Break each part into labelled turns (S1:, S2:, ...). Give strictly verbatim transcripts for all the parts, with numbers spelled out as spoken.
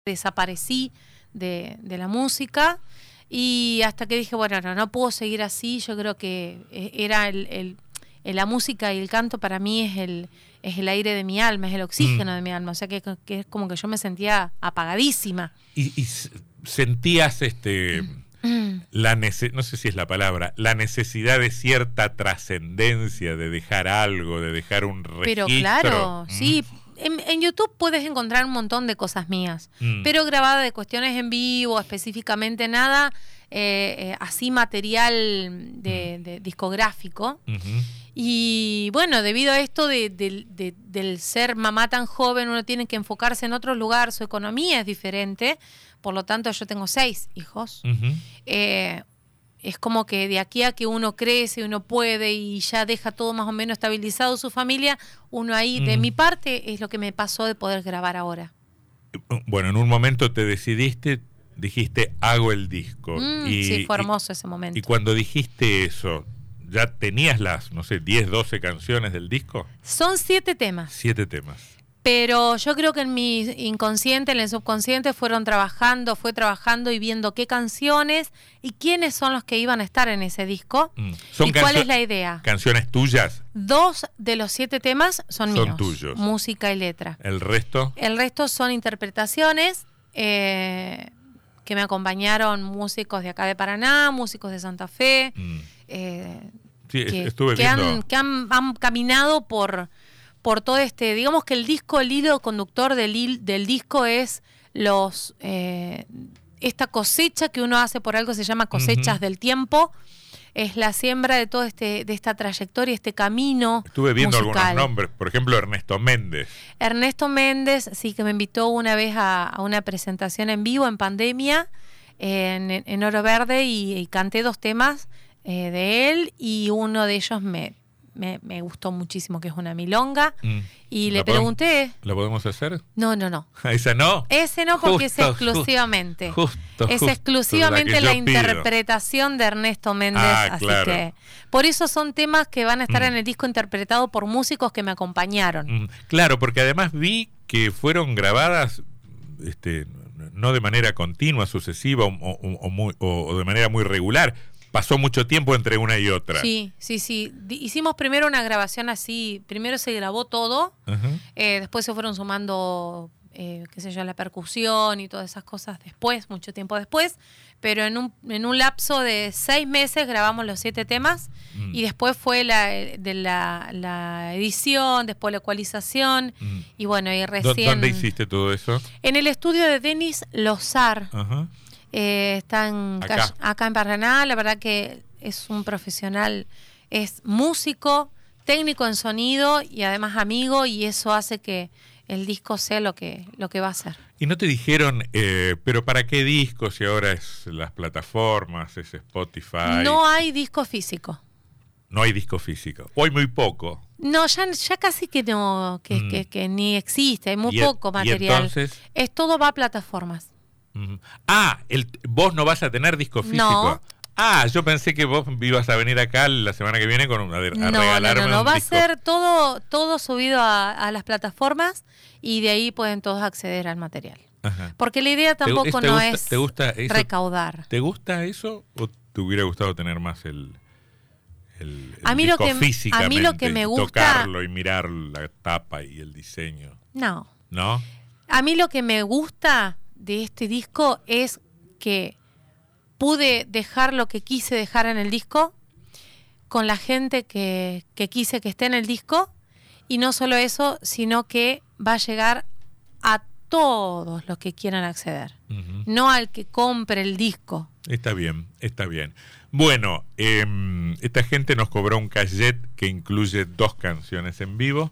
S1: desaparecí de, de la música y hasta que dije, bueno, no, no puedo seguir así. Yo creo que era el, el, el, la música y el canto para mí es el, es el aire de mi alma, es el oxígeno mm. de mi alma, o sea que, que es como que yo me sentía apagadísima.
S2: Y, y sentías este mm. la nece- no sé si es la palabra, la necesidad de cierta trascendencia, de dejar algo, de dejar un registro.
S1: Pero claro, mm. sí. En, en YouTube puedes encontrar un montón de cosas mías, mm. pero grabada de cuestiones en vivo, específicamente nada, eh, eh, así material de, de discográfico. Uh-huh. Y bueno, debido a esto de, de, de, del ser mamá tan joven, uno tiene que enfocarse en otro lugar, su economía es diferente, por lo tanto yo tengo seis hijos. Uh-huh. Eh, Es como que de aquí a que uno crece, uno puede y ya deja todo más o menos estabilizado su familia, uno ahí, mm. de mi parte, es lo que me pasó de poder grabar ahora.
S2: Bueno, en un momento te decidiste, dijiste, hago el disco.
S1: Mm, y, sí, fue hermoso y, ese momento.
S2: Y cuando dijiste eso, ¿ya tenías las, no sé, diez, doce canciones del disco?
S1: Son siete temas.
S2: Siete temas.
S1: Pero yo creo que en mi inconsciente, en el subconsciente, fueron trabajando, fue trabajando y viendo qué canciones y quiénes son los que iban a estar en ese disco. Mm. ¿Y cancio- cuál es la idea?
S2: ¿Canciones tuyas?
S1: Dos de los siete temas son, son míos.
S2: Son tuyos.
S1: Música y letra.
S2: ¿El resto?
S1: El resto son interpretaciones eh, que me acompañaron músicos de acá de Paraná, músicos de Santa Fe. Mm. Eh,
S2: sí,
S1: que,
S2: estuve
S1: que
S2: viendo.
S1: Han, que han, han caminado por... por todo este, digamos que el disco, el hilo conductor del, del disco es los eh, esta cosecha que uno hace, por algo se llama cosechas uh-huh. del tiempo, es la siembra de todo este, de esta trayectoria, este camino
S2: Estuve viendo
S1: musical.
S2: Algunos nombres, por ejemplo Ernesto Méndez.
S1: Ernesto Méndez, sí, que me invitó una vez a, a una presentación en vivo en pandemia, en, en Oro Verde, y, y canté dos temas eh, de él, y uno de ellos me... Me, me gustó muchísimo, que es una milonga, mm. y le pregunté...
S2: ¿La podemos hacer?
S1: No, no, no.
S2: ¿Esa no?
S1: Ese no, porque justo, es exclusivamente.
S2: Justo,
S1: es
S2: justo
S1: exclusivamente la,
S2: la
S1: interpretación de Ernesto Méndez,
S2: ah,
S1: así
S2: claro.
S1: que... Por eso son temas que van a estar mm. en el disco interpretado por músicos que me acompañaron.
S2: Mm. Claro, porque además vi que fueron grabadas... este no de manera continua, sucesiva o, o, o, muy, o, o de manera muy regular. Pasó mucho tiempo entre una y otra.
S1: Sí, sí, sí. D- hicimos primero una grabación así, primero se grabó todo, uh-huh. eh, después se fueron sumando, eh, qué sé yo, la percusión y todas esas cosas después, mucho tiempo después, pero en un, en un lapso de seis meses grabamos los siete temas mm. y después fue la, de la, la edición, después la ecualización mm. y bueno, y recién...
S2: ¿Dónde hiciste todo eso?
S1: En el estudio de Denis Lozar. Ajá. Uh-huh. Eh, está en,
S2: acá.
S1: acá en Paraná, la verdad que es un profesional, es músico, técnico en sonido y además amigo, y eso hace que el disco sea lo que, lo que va a ser.
S2: ¿Y no te dijeron, eh, pero para qué disco si ahora es las plataformas, es Spotify?
S1: No hay disco físico.
S2: No hay disco físico, o hay muy poco.
S1: No, ya, ya casi que no, que, mm. que, que ni existe, hay muy
S2: ¿Y
S1: poco material.
S2: ¿Y entonces?
S1: Es todo va a plataformas.
S2: Ah, el, vos no vas a tener disco físico.
S1: No.
S2: Ah, yo pensé que vos ibas a venir acá la semana que viene con un, a, a
S1: no,
S2: regalarme
S1: no, no, no,
S2: un
S1: va
S2: disco.
S1: a ser todo, todo subido a, a las plataformas y de ahí pueden todos acceder al material. Ajá. Porque la idea tampoco
S2: ¿Te, te
S1: no
S2: gusta,
S1: es
S2: te gusta eso,
S1: recaudar.
S2: ¿Te gusta eso o te hubiera gustado tener más el, el, el
S1: a mí
S2: disco
S1: lo que,
S2: físicamente?
S1: A mí lo que me gusta...
S2: Tocarlo y mirar la tapa y el diseño.
S1: No.
S2: ¿No?
S1: A mí lo que me gusta de este disco es que pude dejar lo que quise dejar en el disco con la gente que, que quise que esté en el disco, y no solo eso, sino que va a llegar a todos los que quieran acceder, uh-huh. no al que compre el disco.
S2: Está bien, está bien. Bueno, eh, esta gente nos cobró un cachet que incluye dos canciones en vivo.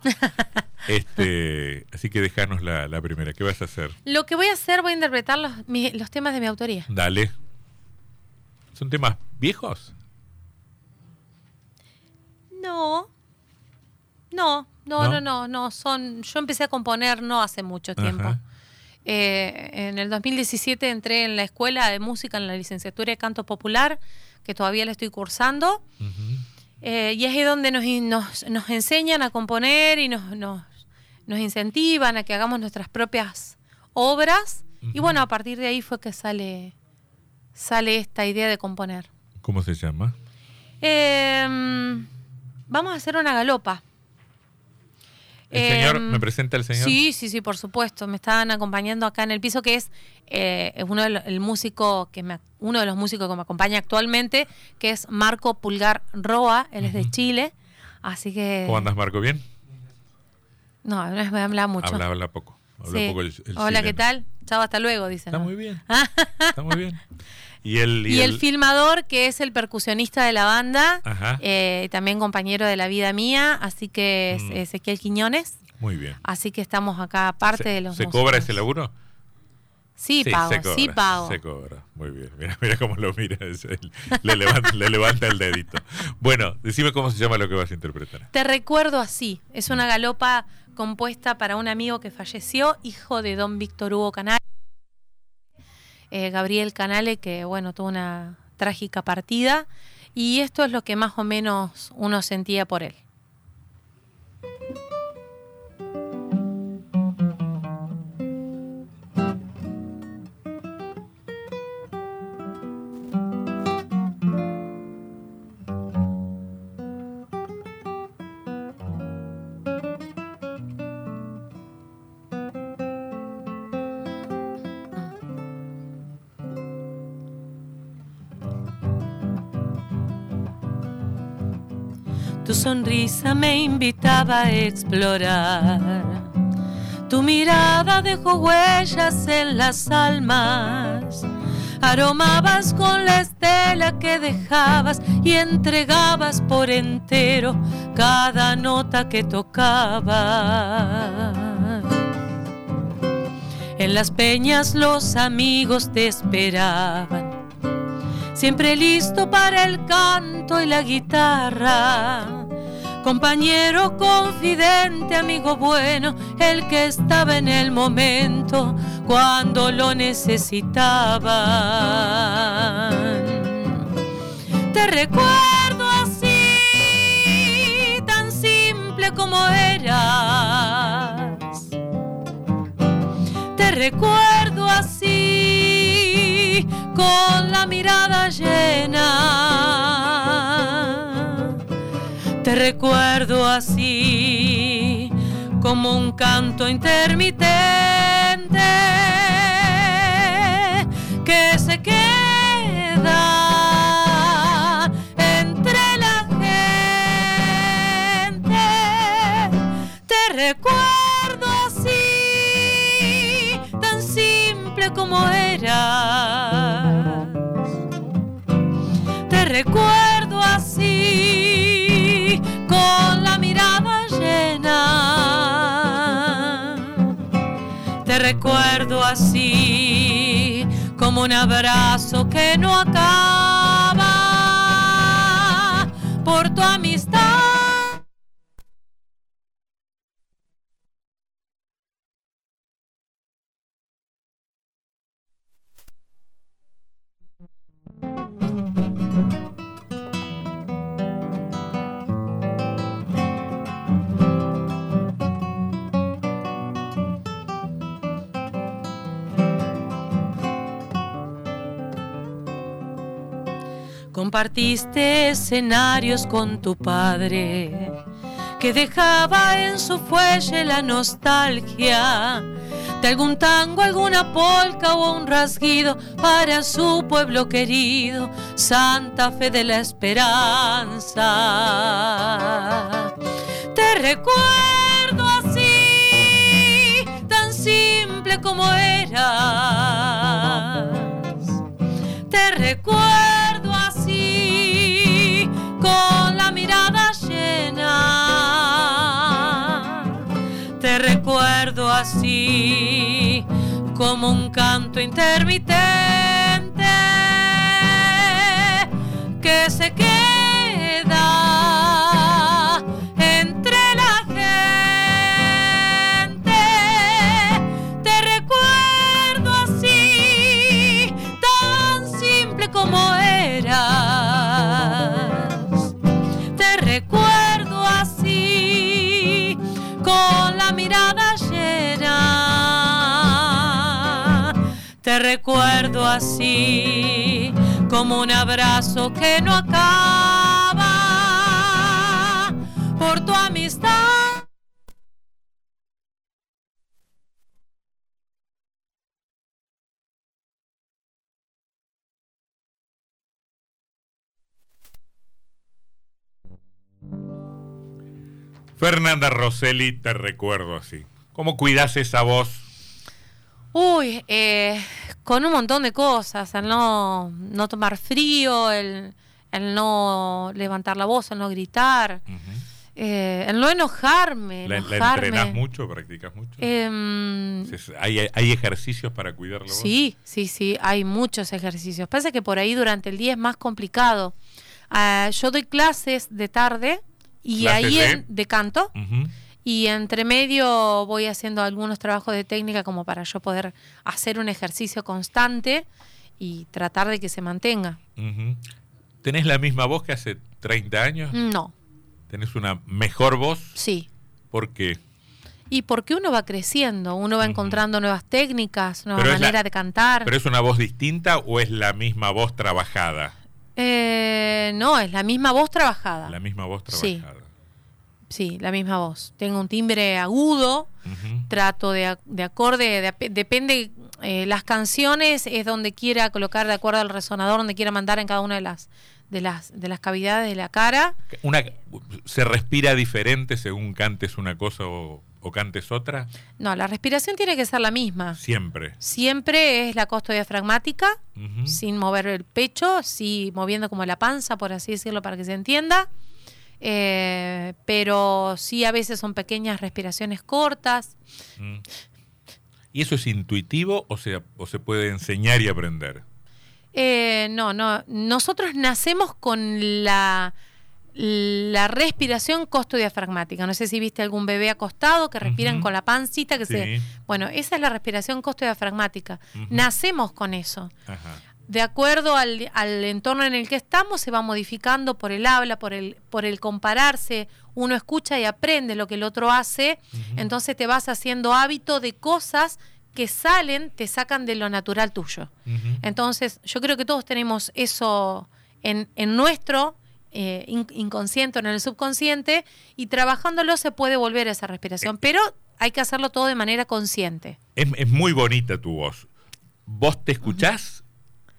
S2: Este, así que déjanos la, la primera. ¿Qué vas a hacer?
S1: Lo que voy a hacer, voy a interpretar los, mi, los temas de mi autoría.
S2: Dale. ¿Son temas viejos?
S1: No. No, no, no, no, no, no. Son, yo empecé a componer no hace mucho tiempo. Eh, en el dos mil diecisiete entré en la escuela de música, en la licenciatura de canto popular, que todavía la estoy cursando. Uh-huh. Eh, y es ahí donde nos, nos, nos enseñan a componer y nos, nos, nos incentivan a que hagamos nuestras propias obras Uh-huh. Y bueno, a partir de ahí fue que sale, sale esta idea de componer.
S2: ¿Cómo se llama?
S1: Eh, vamos a hacer una galopa.
S2: ¿El eh, señor, me presenta el señor?
S1: Sí, sí, sí, por supuesto. Me estaban acompañando acá en el piso, que es, eh, es uno de los, el músico que me, uno de los músicos que me acompaña actualmente, que es Marco Pulgar Roa. Él uh-huh. es de Chile, así que.
S2: ¿Cómo andas, Marco? ¿Bien?
S1: No, no me habla mucho.
S2: Habla, habla poco. Habla
S1: sí.
S2: poco el, el
S1: Hola,
S2: chileno.
S1: ¿qué tal? Chao, hasta luego, dicen.
S2: Está
S1: ¿no?
S2: muy bien. Está muy bien. Y el,
S1: y, y el, el filmador, que es el percusionista de la banda, eh, también compañero de la vida mía, así que es mm. Ezequiel Quiñones.
S2: Muy bien.
S1: Así que estamos acá, aparte
S2: ¿Se,
S1: de los
S2: ¿Se
S1: músicos.
S2: cobra ese laburo?
S1: Sí, sí pago, se cobra, sí pago.
S2: Se cobra, muy bien. Mira, mira cómo lo mira, le levanta, le levanta el dedito. Bueno, decime cómo se llama lo que vas a interpretar.
S1: Te recuerdo así, es una galopa compuesta para un amigo que falleció, hijo de don Víctor Hugo Canale, eh, Gabriel Canale, que bueno, tuvo una trágica partida, y esto es lo que más o menos uno sentía por él. Tu sonrisa me invitaba a explorar, tu mirada dejó huellas en las almas, aromabas con la estela que dejabas y entregabas por entero cada nota que tocabas. En las peñas los amigos te esperaban, siempre listo para el canto y la guitarra, compañero confidente, amigo bueno, el que estaba en el momento cuando lo necesitaban. Te recuerdo así, tan simple como eras. Te recuerdo así, con la mirada llena. Te recuerdo así, como un canto intermitente que se queda entre la gente. Te recuerdo así, tan simple como eras. Te recuerdo así, con la mirada llena. Te recuerdo así, como un abrazo que no acaba, por tu amistad. Compartiste escenarios con tu padre, que dejaba en su fuelle la nostalgia de algún tango, alguna polca o un rasguido para su pueblo querido, Santa Fe de la Esperanza. Te recuerdo así, tan simple como eras. Te recuerdo así, con la mirada llena. Te recuerdo así, como un canto intermitente que se queda entre la gente. Te recuerdo así, tan simple como eras. Te recuerdo así, con la mirada llena. te recuerdo así, como un abrazo que no acaba, por tu amistad.
S2: Fernanda Rosselli, te recuerdo así. ¿Cómo cuidás esa voz?
S1: Uy, eh, con un montón de cosas, el no, no tomar frío, el, el no levantar la voz, el no gritar, uh-huh. eh, el no enojarme.
S2: ¿La,
S1: enojarme.
S2: ¿La entrenás mucho, practicas mucho?
S1: Eh,
S2: ¿Hay, ¿Hay ejercicios para cuidar la voz?
S1: Sí, sí, sí, hay muchos ejercicios. Pasa que por ahí durante el día es más complicado. Uh, yo doy clases de tarde y ahí de, en, de canto. Uh-huh. Y entre medio voy haciendo algunos trabajos de técnica como para yo poder hacer un ejercicio constante y tratar de que se mantenga.
S2: Uh-huh. ¿Tenés la misma voz que hace treinta años?
S1: No.
S2: ¿Tenés una mejor voz?
S1: Sí.
S2: ¿Por qué?
S1: Y porque uno va creciendo, uno va uh-huh. encontrando nuevas técnicas, nuevas maneras la, de cantar.
S2: ¿Pero es una voz distinta o es la misma voz trabajada?
S1: Eh, no, es la misma voz trabajada.
S2: La misma voz trabajada.
S1: Sí. Sí, la misma voz. Tengo un timbre agudo, uh-huh. trato de, de acorde, de, depende, eh, las canciones es donde quiera colocar de acuerdo al resonador, donde quiera mandar en cada una de las de las de las cavidades de la cara.
S2: Una, ¿Se respira diferente según cantes una cosa o, o cantes otra?
S1: No, la respiración tiene que ser la misma.
S2: Siempre.
S1: Siempre es la costodiafragmática, uh-huh. sin mover el pecho, sí moviendo como la panza, por así decirlo, para que se entienda. Eh, pero sí a veces son pequeñas respiraciones cortas.
S2: Mm. ¿Y eso es intuitivo o se, o se puede enseñar y aprender?
S1: Eh, no, no. Nosotros nacemos con la, la respiración costodiafragmática. No sé si viste algún bebé acostado que respiran uh-huh. con la pancita. que
S2: sí.
S1: se Bueno, esa es la respiración costodiafragmática. Uh-huh. Nacemos con eso.
S2: Ajá.
S1: De acuerdo al, al entorno en el que estamos, se va modificando por el habla, por el, por el compararse. Uno escucha y aprende lo que el otro hace, uh-huh. entonces te vas haciendo hábito de cosas que salen, te sacan de lo natural tuyo. Uh-huh. Entonces, yo creo que todos tenemos eso en, en nuestro eh, in, inconsciente, en el subconsciente, y trabajándolo se puede volver a esa respiración, pero hay que hacerlo todo de manera consciente.
S2: Es, es muy bonita tu voz. ¿Vos te escuchás? Uh-huh.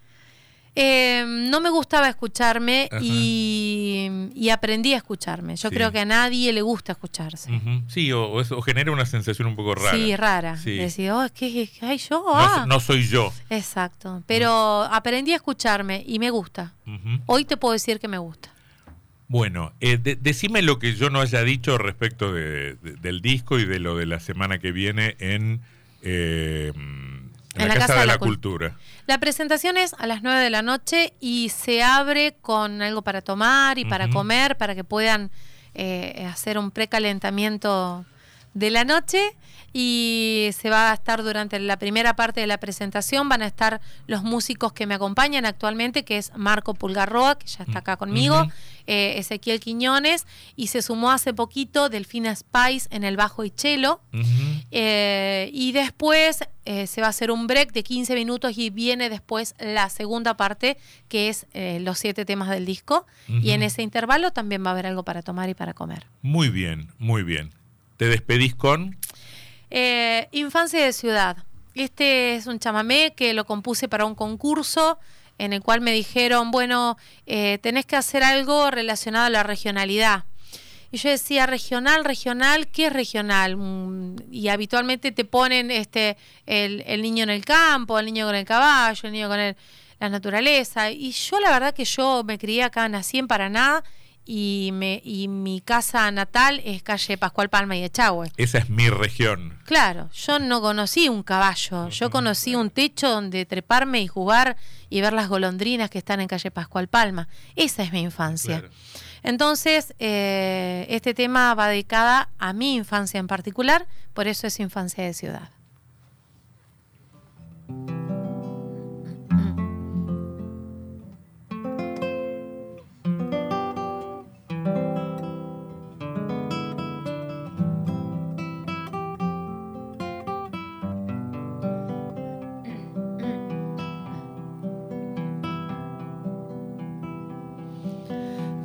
S1: Eh, no me gustaba escucharme y, y aprendí a escucharme. Yo sí. creo que a nadie le gusta escucharse.
S2: Uh-huh. Sí, o, o, eso, o genera una sensación un poco rara.
S1: Sí, rara. Sí. Decir, oh, ¿qué, qué hay yo?
S2: No,
S1: ah.
S2: no soy yo.
S1: Exacto. Pero uh-huh. aprendí a escucharme y me gusta. Uh-huh. Hoy te puedo decir que me gusta.
S2: Bueno, eh, de, decime lo que yo no haya dicho respecto de, de, del disco y de lo de la semana que viene en... Eh, En, en la, la Casa, Casa de la, la Cultura. Cultura.
S1: La presentación es a las nueve de la noche y se abre con algo para tomar y para uh-huh. comer, para que puedan eh, hacer un precalentamiento de la noche. Y se va a estar durante la primera parte de la presentación, van a estar los músicos que me acompañan actualmente, que es Marco Pulgarroa, que ya está acá conmigo, uh-huh. eh, Ezequiel Quiñones, y se sumó hace poquito Delfina Spice en el bajo y cello. Uh-huh. eh, y después eh, se va a hacer un break de quince minutos y viene después la segunda parte, que es eh, los siete temas del disco. Uh-huh. Y en ese intervalo también va a haber algo para tomar y para comer.
S2: Muy bien, muy bien. ¿Te despedís con...?
S1: Eh, Infancia de Ciudad. Este es un chamamé que lo compuse para un concurso en el cual me dijeron, bueno, eh, tenés que hacer algo relacionado a la regionalidad. Y yo decía, regional, regional, ¿qué es regional? Mm, y habitualmente te ponen este el, el niño en el campo, el niño con el caballo, el niño con el, la naturaleza. Y yo la verdad que yo me crié acá, nací en Paraná, Y, me, y mi casa natal es calle Pascual Palma y Echagüe.
S2: Esa es mi región.
S1: Claro, yo no conocí un caballo, yo conocí un techo donde treparme y jugar y ver las golondrinas que están en calle Pascual Palma. Esa es mi infancia. Claro. Entonces, eh, este tema va dedicada a mi infancia en particular, por eso es Infancia de Ciudad.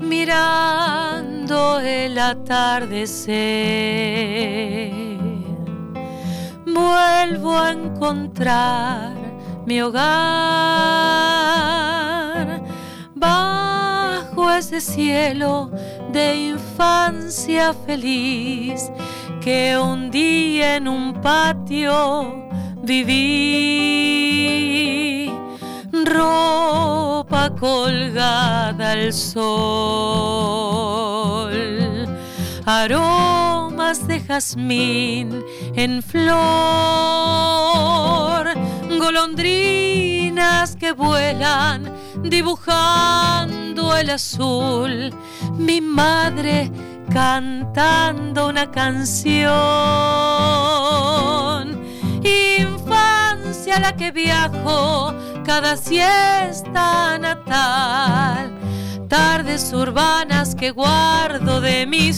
S1: mirando el atardecer, vuelvo a encontrar mi hogar bajo ese cielo de infancia feliz que un día en un patio viví. Ropa colgada al sol, aromas de jazmín en flor, golondrinas que vuelan dibujando el azul, mi madre cantando una canción. Infancia a la que viajo cada siesta natal, tardes urbanas que guardo de mi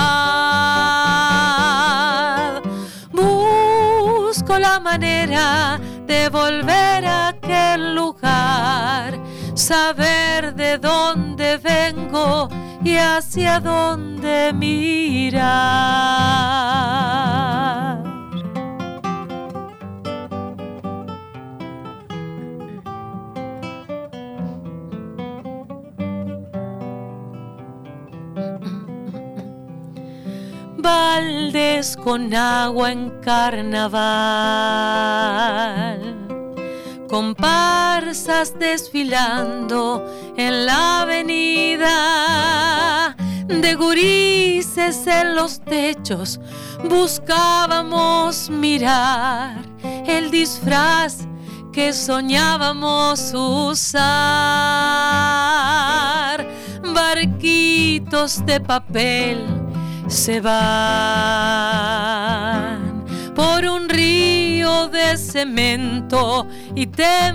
S1: ciudad. Busco la manera de volver a aquel lugar, saber de dónde vengo y hacia dónde mirar. Baldes con agua en carnaval, comparsas desfilando en la avenida, de gurises en los techos buscábamos mirar el disfraz que soñábamos usar. Barquitos de papel se van por un río de cemento y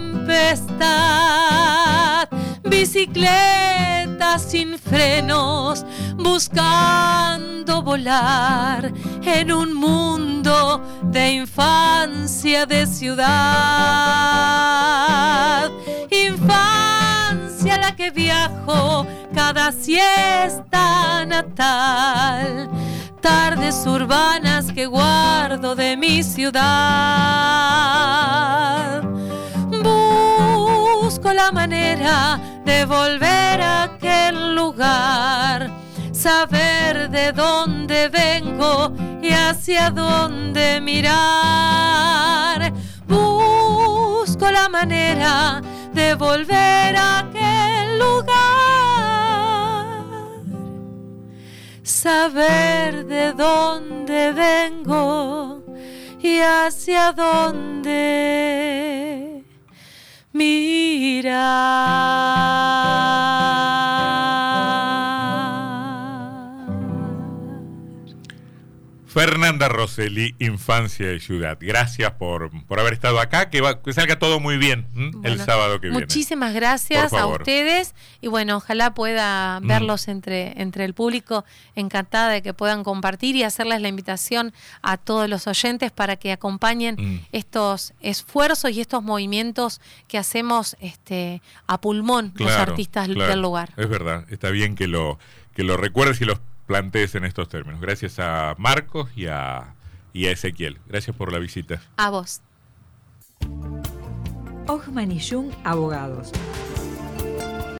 S1: tempestad, bicicletas sin frenos buscando volar en un mundo de infancia de ciudad. Infancia a la que viajo cada siesta natal, tardes urbanas que guardo de mi ciudad. Busco la manera de volver a aquel lugar, saber de dónde vengo y hacia dónde mirar. Busco la manera de volver a aquel lugar, saber de dónde vengo y hacia dónde mirar.
S2: Fernanda Rosselli, Infancia y Ciudad. Gracias por, por haber estado acá. Que, va, que salga todo muy bien ¿m? Bueno, el sábado que viene.
S1: Muchísimas gracias a ustedes. Y bueno, ojalá pueda mm. verlos entre, entre el público. Encantada de que puedan compartir y hacerles la invitación a todos los oyentes para que acompañen mm. estos esfuerzos y estos movimientos que hacemos este, a pulmón claro, los artistas claro. del lugar.
S2: Es verdad. Está bien que lo, que lo recuerdes y los plantees en estos términos. Gracias a Marcos y a, y a Ezequiel. Gracias por la visita.
S1: A vos.
S3: Hochmann y Jung Abogados.